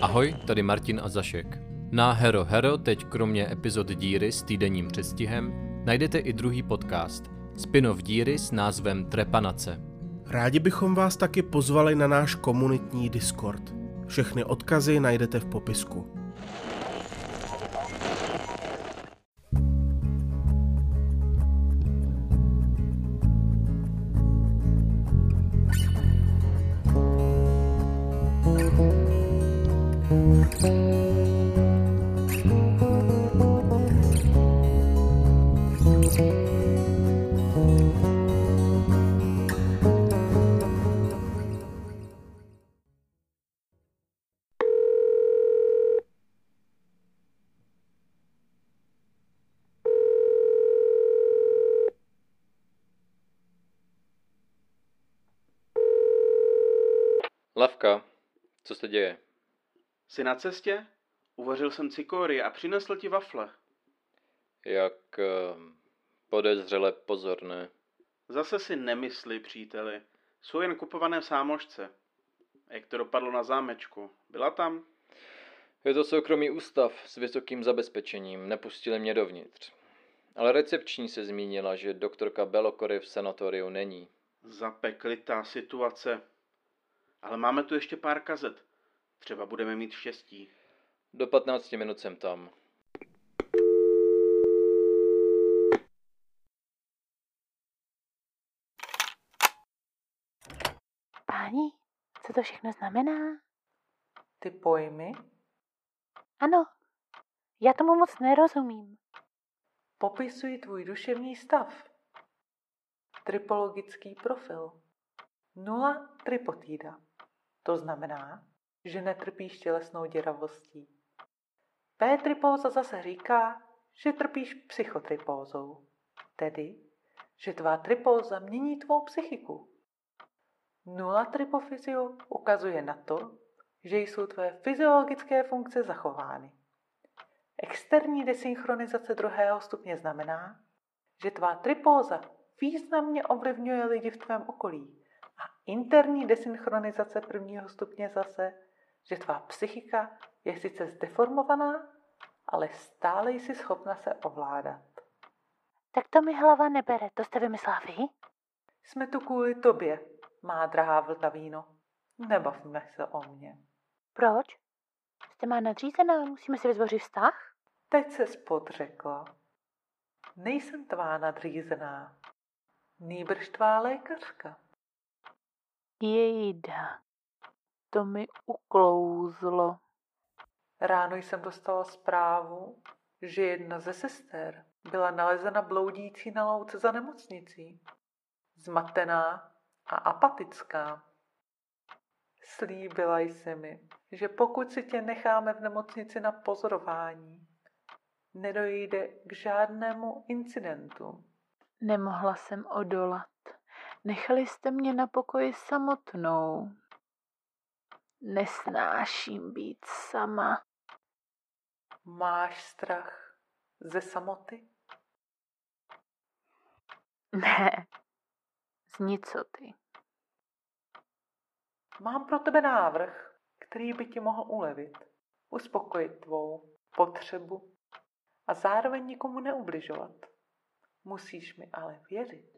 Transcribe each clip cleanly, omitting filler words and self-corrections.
Ahoj, tady Martin a Zašek. Na Hero Hero teď kromě epizod Díry s týdenním předstihem najdete i druhý podcast, spin-off Díry s názvem Trepanace. Rádi bychom vás taky pozvali na náš komunitní Discord. Všechny odkazy najdete v popisku. Lavka, co se děje? Jsi na cestě? Uvařil jsem cikory a přinesl ti wafle. Jak podezřele pozorné. Zase si nemysli, příteli. Jsou jen kupované v sámošce. Jak to dopadlo na zámečku? Byla tam? Je to soukromý ústav s vysokým zabezpečením, nepustili mě dovnitř. Ale recepční se zmínila, že doktorka Belokory v sanatoriu není. Zapeklitá situace. Ale máme tu ještě pár kazet. Třeba budeme mít štěstí. Do 15 minut jsem tam. Páni, co to všechno znamená? Ty pojmy? Ano, já tomu moc nerozumím. Popisují tvůj duševní stav. Tripologický profil. 0 tripotída. To znamená, že netrpíš tělesnou děravostí. P-tripóza zase říká, že trpíš psychotripózou. Tedy, že tvá tripóza mění tvou psychiku. 0 tripofyzio ukazuje na to, že jsou tvé fyziologické funkce zachovány. Externí desynchronizace 2. stupně znamená, že tvá tripóza významně ovlivňuje lidi v tvém okolí. A interní desynchronizace 1. stupně zase, že tvá psychika je sice zdeformovaná, ale stále jsi schopna se ovládat. Tak to mi hlava nebere, to jste vymyslela vy? Jsme tu kvůli tobě, má drahá Vltavíno. Nebavme se o mně. Proč? Jste má nadřízená, musíme si vytvořit vztah? Teď se podřekla. Nejsem tvá nadřízená, nýbrž tvá lékařka. Jejda, to mi uklouzlo. Ráno jsem dostala zprávu, že jedna ze sester byla nalezena bloudící na louce za nemocnicí. Zmatená a apatická. Slíbila jsi mi, že pokud si tě necháme v nemocnici na pozorování, nedojde k žádnému incidentu. Nemohla jsem odolat. Nechali jste mě na pokoji samotnou. Nesnáším být sama. Máš strach ze samoty? Ne, z nicoty. Mám pro tebe návrh, který by ti mohl ulevit, uspokojit tvou potřebu a zároveň nikomu neubližovat. Musíš mi ale věřit.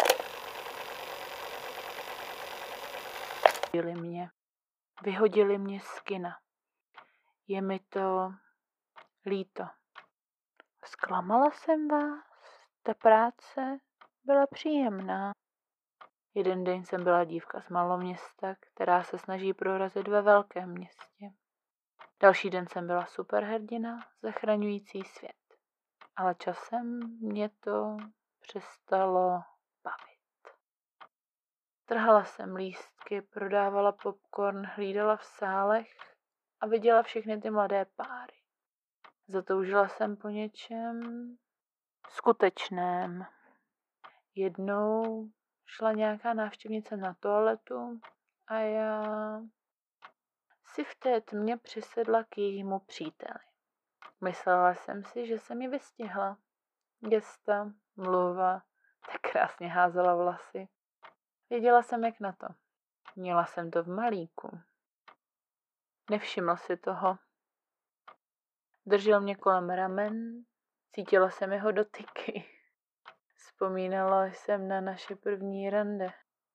Vyhodili mě z kina. Je mi to líto. Zklamala jsem vás. Ta práce byla příjemná. Jeden den jsem byla dívka z maloměsta, která se snaží prorazit ve velkém městě. Další den jsem byla superhrdina, zachraňující svět. Ale časem mě to přestalo bavit. Trhala jsem lístky, prodávala popcorn, hlídala v sálech a viděla všechny ty mladé páry. Zatoužila jsem po něčem skutečném. Jednou šla nějaká návštěvnice na toaletu a já si v té tmě přisedla k jejímu příteli. Myslela jsem si, že jsem ji vystihla. Gesta, mluva, tak krásně házela vlasy. Věděla jsem, jak na to. Měla jsem to v malíku. Nevšiml si toho. Držel mě kolem ramen, cítila jsem jeho dotyky. Vzpomínala jsem na naše první rande.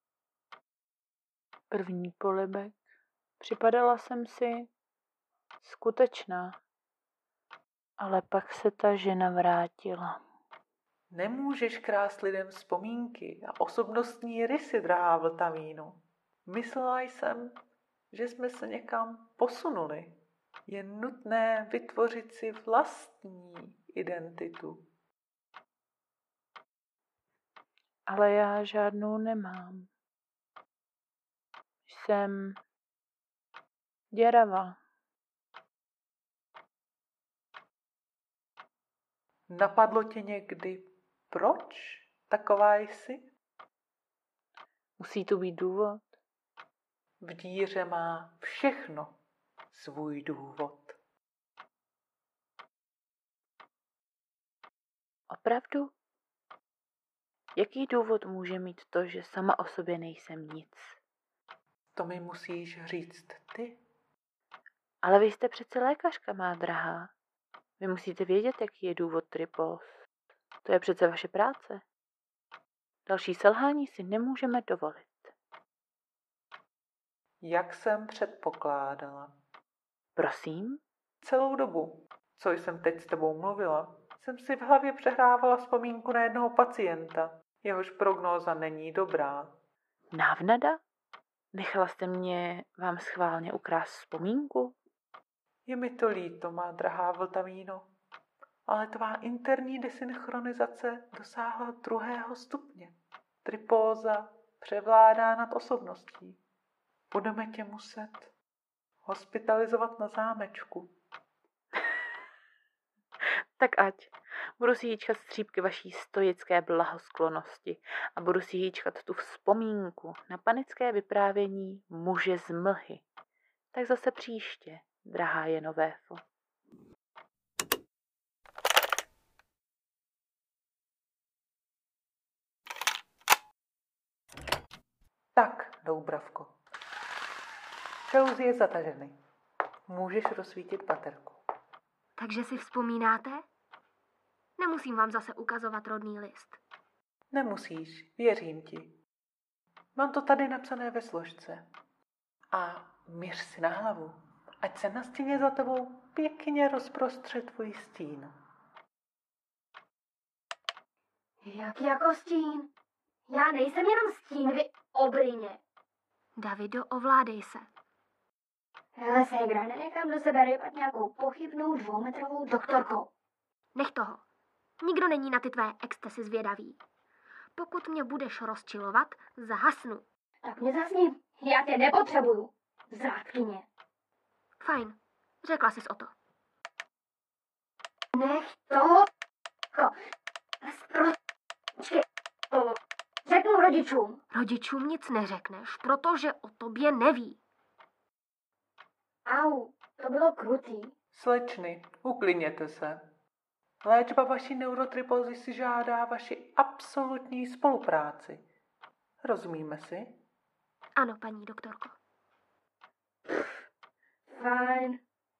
První polibek. Připadala jsem si skutečná. Ale pak se ta žena vrátila. Nemůžeš krást lidem vzpomínky a osobnostní rysy, drahá Vltavíno. Myslela jsem, že jsme se někam posunuli. Je nutné vytvořit si vlastní identitu. Ale já žádnou nemám. Jsem děravá. Napadlo tě někdy, proč taková jsi? Musí tu být důvod. V díře má všechno svůj důvod. Opravdu? Jaký důvod může mít to, že sama o sobě nejsem nic? To mi musíš říct ty. Ale vy jste přece lékařka, má drahá. Vy musíte vědět, jaký je důvod tripóz. To je přece vaše práce. Další selhání si nemůžeme dovolit. Jak jsem předpokládala. Prosím? Celou dobu, co jsem teď s tebou mluvila, jsem si v hlavě přehrávala vzpomínku na jednoho pacienta. Jehož prognóza není dobrá. Návnada? Nechala jste mě vám schválně ukrást vzpomínku? Je mi to líto, má drahá Vltavíno, ale tvá interní desynchronizace dosáhla 2. stupně. Tripóza převládá nad osobností. Budeme tě muset hospitalizovat na zámečku. Tak ať. Budu si hýčkat střípky vaší stoické blahosklonosti a budu si hýčkat tu vzpomínku na panické vyprávění muže z mlhy. Tak zase příště, drahá Jenovéfo. Tak, Doubravko. Šelzy je zatažený. Můžeš rozsvítit baterku. Takže si vzpomínáte? Nemusím vám zase ukazovat rodný list. Nemusíš, věřím ti. Mám to tady napsané ve složce. A měř si na hlavu, ať se na stěně za tebou pěkně rozprostře tvůj stín. Jak jako stín? Já nejsem jenom stín, vy obrině. Davido, ovládej se. Hele, ségra, nenechám do sebe rypat nějakou pochybnou 2metrovou doktorkou. Nech toho. Nikdo není na ty tvé excesy zvědavý. Pokud mě budeš rozčilovat, zahasnu. Tak mě zasni, já tě nepotřebuju. Zátkně. Fajn, řekla jsi o to. Nech toho... Počkej, řeknu rodičům. Rodičům nic neřekneš, protože o tobě neví. Au, to bylo krutý. Slečny, uklidněte se. Léčba vaší neurotripózy si žádá vaši absolutní spolupráci. Rozumíme si? Ano, paní doktorko. Fajn.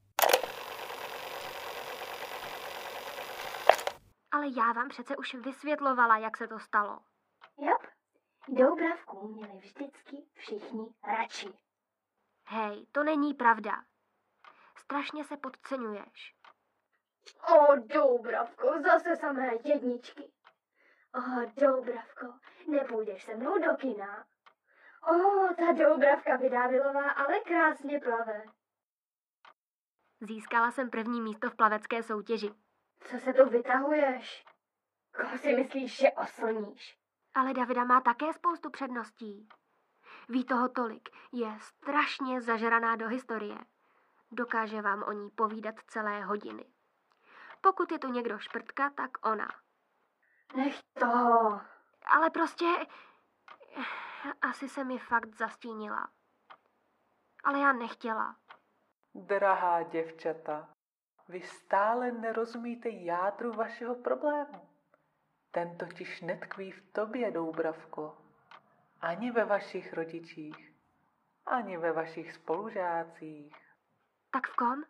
Ale já vám přece už vysvětlovala, jak se to stalo. Jop, Doubravku měli vždycky všichni radši. Hej, to není pravda. Strašně se podceňuješ. O, Doubravko, zase samé jedničky. O, Doubravko, nepůjdeš se mnou do kina? O, ta Doubravka Vydávilová ale krásně plave. Získala jsem první místo v plavecké soutěži. Co se tu vytahuješ? Koho si myslíš, že oslníš? Ale Davida má také spoustu předností. Ví toho tolik, je strašně zažraná do historie. Dokáže vám o ní povídat celé hodiny. Pokud je tu někdo šprtka, tak ona. Nech toho. Ale prostě... Asi se mi fakt zastínila. Ale já nechtěla. Drahá děvčata, vy stále nerozumíte jádru vašeho problému. Ten totiž netkví v tobě, Doubravko. Ani ve vašich rodičích, ani ve vašich spolužácích. Tak v kom?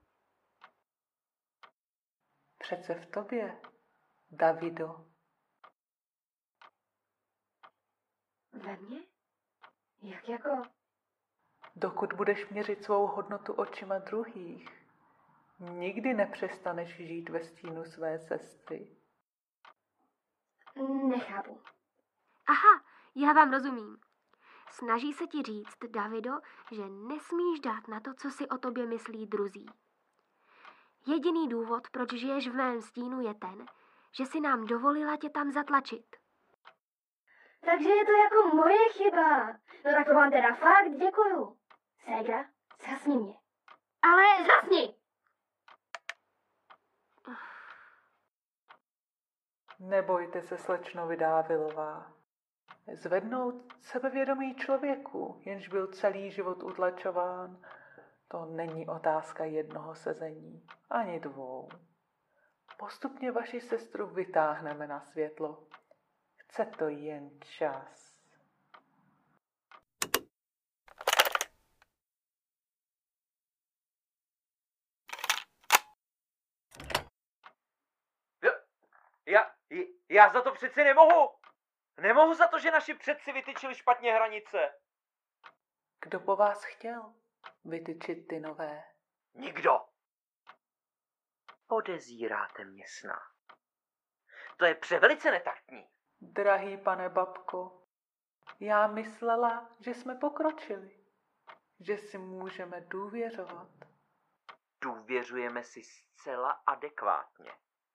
Přece v tobě, Davido. Ve mně? Jak jako? Dokud budeš měřit svou hodnotu očima druhých, nikdy nepřestaneš žít ve stínu své sestry. Nechápu. Aha, já vám rozumím. Snaží se ti říct, Davido, že nesmíš dát na to, co si o tobě myslí druzí. Jediný důvod, proč žiješ v mém stínu, je ten, že si nám dovolila tě tam zatlačit. Takže je to jako moje chyba. No tak to vám teda fakt děkuju. Ségra, zasni mě. Ale zasni! Nebojte se, slečno Vydávilová. Zvednout sebevědomí člověku, jenž byl celý život utlačován, to není otázka jednoho sezení, ani dvou. Postupně vaši sestru vytáhneme na světlo. Chce to jen čas. Já za to přeci nemohu. Nemohu za to, že naši předci vytyčili špatně hranice. Kdo po vás chtěl vytyčit ty nové? Nikdo. Podezíráte mě snad. To je převelice netaktní. Drahý pane babko, já myslela, že jsme pokročili, že si můžeme důvěřovat. Důvěřujeme si zcela adekvátně.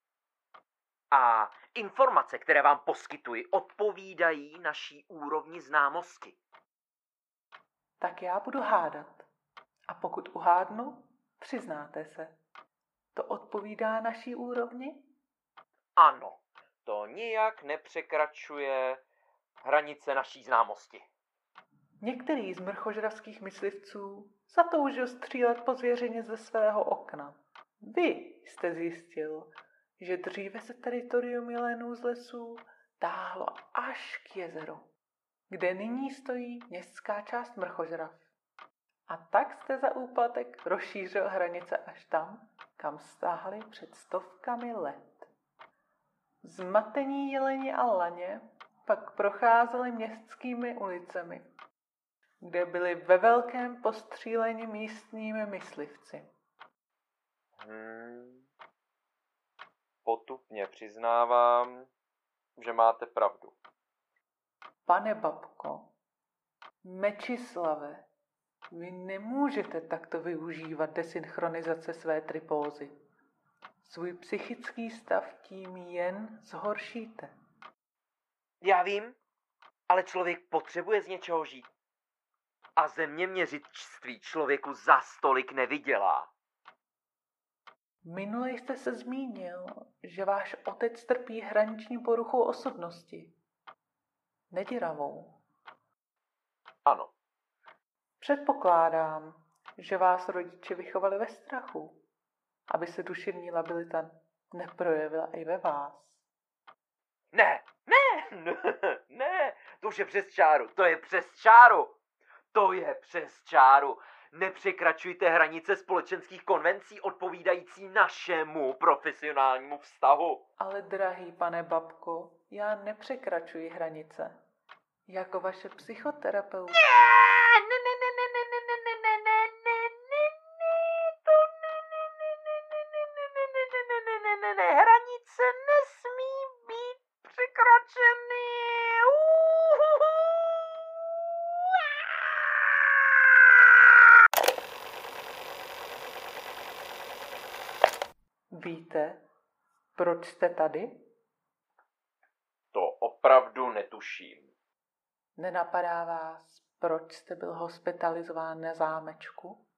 A informace, které vám poskytuji, odpovídají naší úrovni známosti. Tak já budu hádat. A pokud uhádnu, přiznáte se. To odpovídá naší úrovni? Ano, to nijak nepřekračuje hranice naší známosti. Některý z mrchožravských myslivců zatoužil střílet po zvěřině ze svého okna. Vy jste zjistil, že dříve se teritorium jelenů z lesů táhlo až k jezeru, kde nyní stojí městská část Mrchožrav. A tak jste za úplatek rozšířil hranice až tam, kam stáhli před stovkami let. Zmatení jeleni a laně pak procházeli městskými ulicemi, kde byli ve velkém postříleni místními myslivci. Potupně přiznávám, že máte pravdu. Pane babko, Mečislave, vy nemůžete takto využívat desynchronizace své tripózy. Svůj psychický stav tím jen zhoršíte. Já vím, ale člověk potřebuje z něčeho žít. A zeměměřičství člověku za stolik nevydělá. Minule jste se zmínil, že váš otec trpí hraniční poruchou osobnosti. Neděravou. Ano. Předpokládám, že vás rodiče vychovali ve strachu, aby se duševní labilita neprojevila i ve vás. Ne, to už je přes čáru, to je přes čáru. Nepřekračujte hranice společenských konvencí odpovídající našemu profesionálnímu vztahu. Ale drahý pane babko, já nepřekračuji hranice. Jako vaše psychoterapeutka. Hranice nesmí být překročeny. Víte, proč jste tady? To opravdu netuším. Nenapadá vás, proč jste byl hospitalizován na zámečku?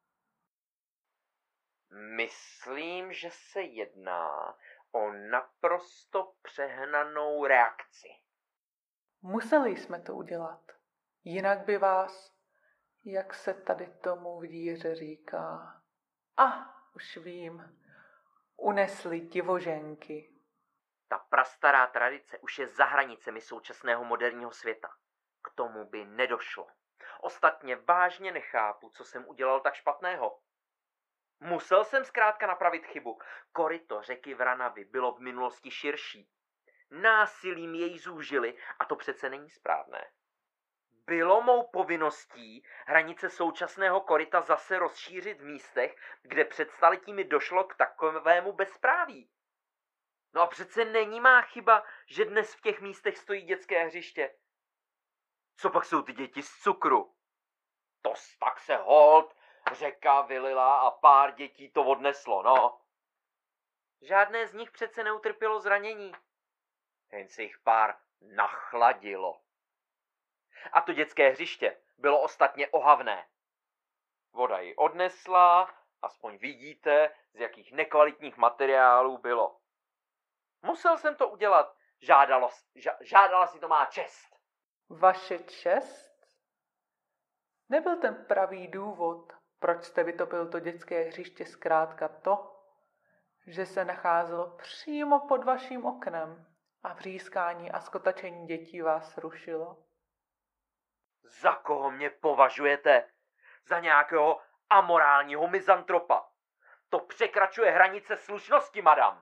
Myslím, že se jedná o naprosto přehnanou reakci. Museli jsme to udělat. Jinak by vás, jak se tady tomu v díře říká, už vím, unesly divoženky. Ta prastará tradice už je za hranicemi současného moderního světa. K tomu by nedošlo. Ostatně vážně nechápu, co jsem udělal tak špatného. Musel jsem zkrátka napravit chybu. Koryto řeky Vranavy bylo v minulosti širší. Násilím jej zúžili a to přece není správné. Bylo mou povinností hranice současného koryta zase rozšířit v místech, kde před staletími došlo k takovému bezpráví. No a přece není má chyba, že dnes v těch místech stojí dětské hřiště. Co pak jsou ty děti z cukru? To tak se holt řeka vylila a pár dětí to odneslo, no. Žádné z nich přece neutrpělo zranění. Jen se jich pár nachladilo. A to dětské hřiště bylo ostatně ohavné. Voda ji odnesla, aspoň vidíte, z jakých nekvalitních materiálů bylo. Musel jsem to udělat, žádala si to má čest. Vaše čest? Nebyl ten pravý důvod, proč jste vytopil to dětské hřiště, zkrátka to, že se nacházelo přímo pod vaším oknem a vřískání a skotačení dětí vás rušilo? Za koho mě považujete? Za nějakého amorálního mizantropa. To překračuje hranice slušnosti, madam.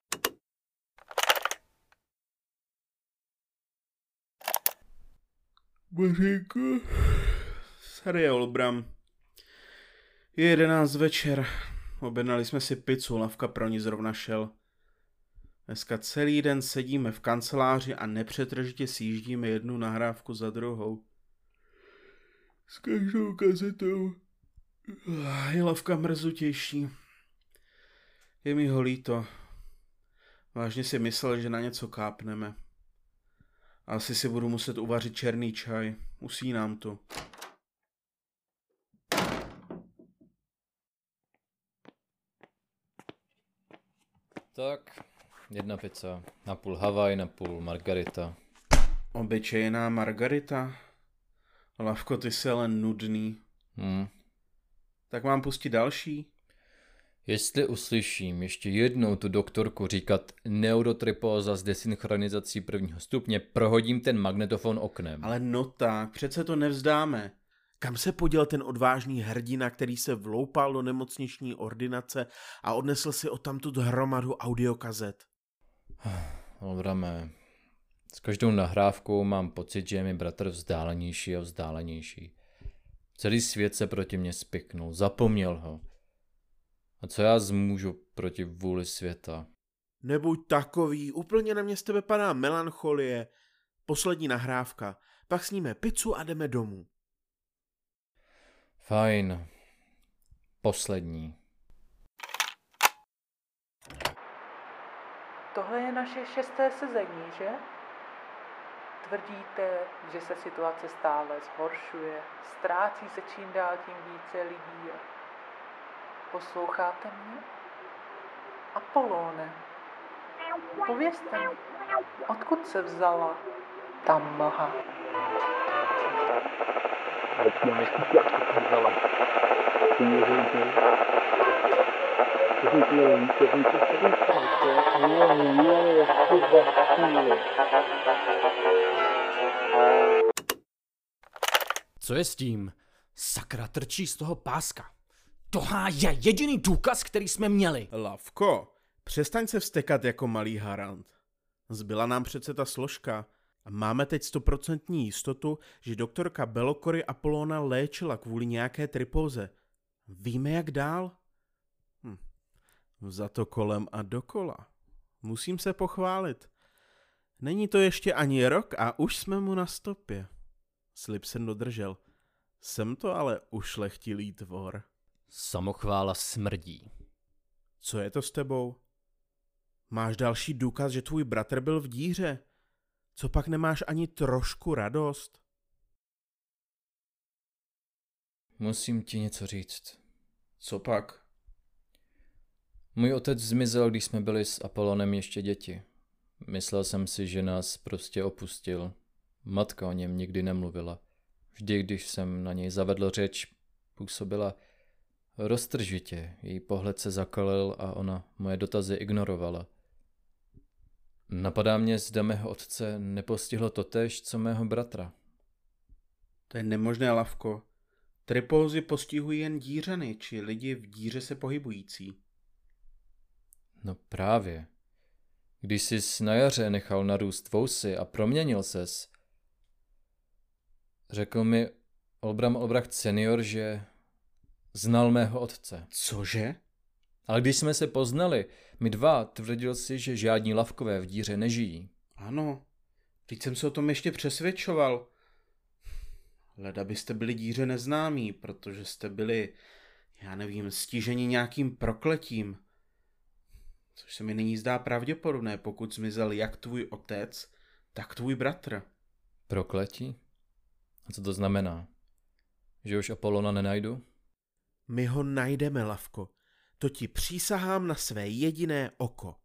Boříku, tady je Olbram. Je 11 večer. Objednali jsme si pizzu, Lavka pro ní zrovna šel. Dneska celý den sedíme v kanceláři a nepřetržitě sjíždíme jednu nahrávku za druhou. S každou kazetou je Lavka mrzutější. Je mi ho líto. Vážně si myslel, že na něco kápneme. Asi si budu muset uvařit černý čaj. Usínám tu. Tak, jedna pizza. Napůl Havaj, napůl margarita. Obyčejná margarita? Lavko, ty jsi ale nudný. Tak mám pustit další? Jestli uslyším ještě jednou tu doktorku říkat neurotripóza s desynchronizací prvního stupně, prohodím ten magnetofon oknem. Ale no tak, přece to nevzdáme. Kam se poděl ten odvážný hrdina, který se vloupal do nemocniční ordinace a odnesl si odtamtud hromadu audiokazet? Olbrame, s každou nahrávkou mám pocit, že je mi bratr vzdálenější a vzdálenější. Celý svět se proti mně spiknul, zapomněl ho. A co já zmůžu proti vůli světa? Nebuď takový, úplně na mě z tebe padá melancholie. Poslední nahrávka, pak sníme pizzu a jdeme domů. Fajn. Poslední. Tohle je naše 6. sezení, že? Tvrdíte, že se situace stále zhoršuje, ztrácí se čím dál tím více lidí. Posloucháte mě? Apolóne, povězte mi, odkud se vzala ta mlha? Co je s tím? Sakra, trčí z toho páska. Tohle je jediný důkaz, který jsme měli. Lavko, přestaň se vztekat jako malý harant. Zbyla nám přece ta složka a máme teď 100% jistotu, že doktorka Belokory Apolóna léčila kvůli nějaké tripóze. Víme, jak dál? Za to kolem a dokola. Musím se pochválit. Není to ještě ani rok a už jsme mu na stopě. Slib jsem dodržel. Jsem to ale ušlechtilý tvor. Samochvála smrdí. Co je to s tebou? Máš další důkaz, že tvůj bratr byl v díře? Co pak nemáš ani trošku radost? Musím ti něco říct. Co pak? Můj otec zmizel, když jsme byli s Apolonem ještě děti. Myslel jsem si, že nás prostě opustil. Matka o něm nikdy nemluvila. Vždy, když jsem na něj zavedl řeč, působila roztržitě. Její pohled se zakalil a ona moje dotazy ignorovala. Napadá mě, zda mého otce nepostihlo totéž, co mého bratra. To je nemožné, Lavko. Tripózy postihují jen dířany, či lidi v díře se pohybující. No právě. Když jsi na jaře nechal narůst vousy a proměnil ses, řekl mi Olbram Olbracht senior, že znal mého otce. Cože? Ale když jsme se poznali, my dva, tvrdil si, že žádní lavkové v díře nežijí. Ano, teď jsem se o tom ještě přesvědčoval. Leda byste byli díře neznámí, protože jste byli, já nevím, stiženi nějakým prokletím. Což se mi nyní zdá pravděpodobné, pokud zmizel jak tvůj otec, tak tvůj bratr. Prokletí? A co to znamená? Že už Apollona nenajdu? My ho najdeme, Lavko. To ti přísahám na své jediné oko.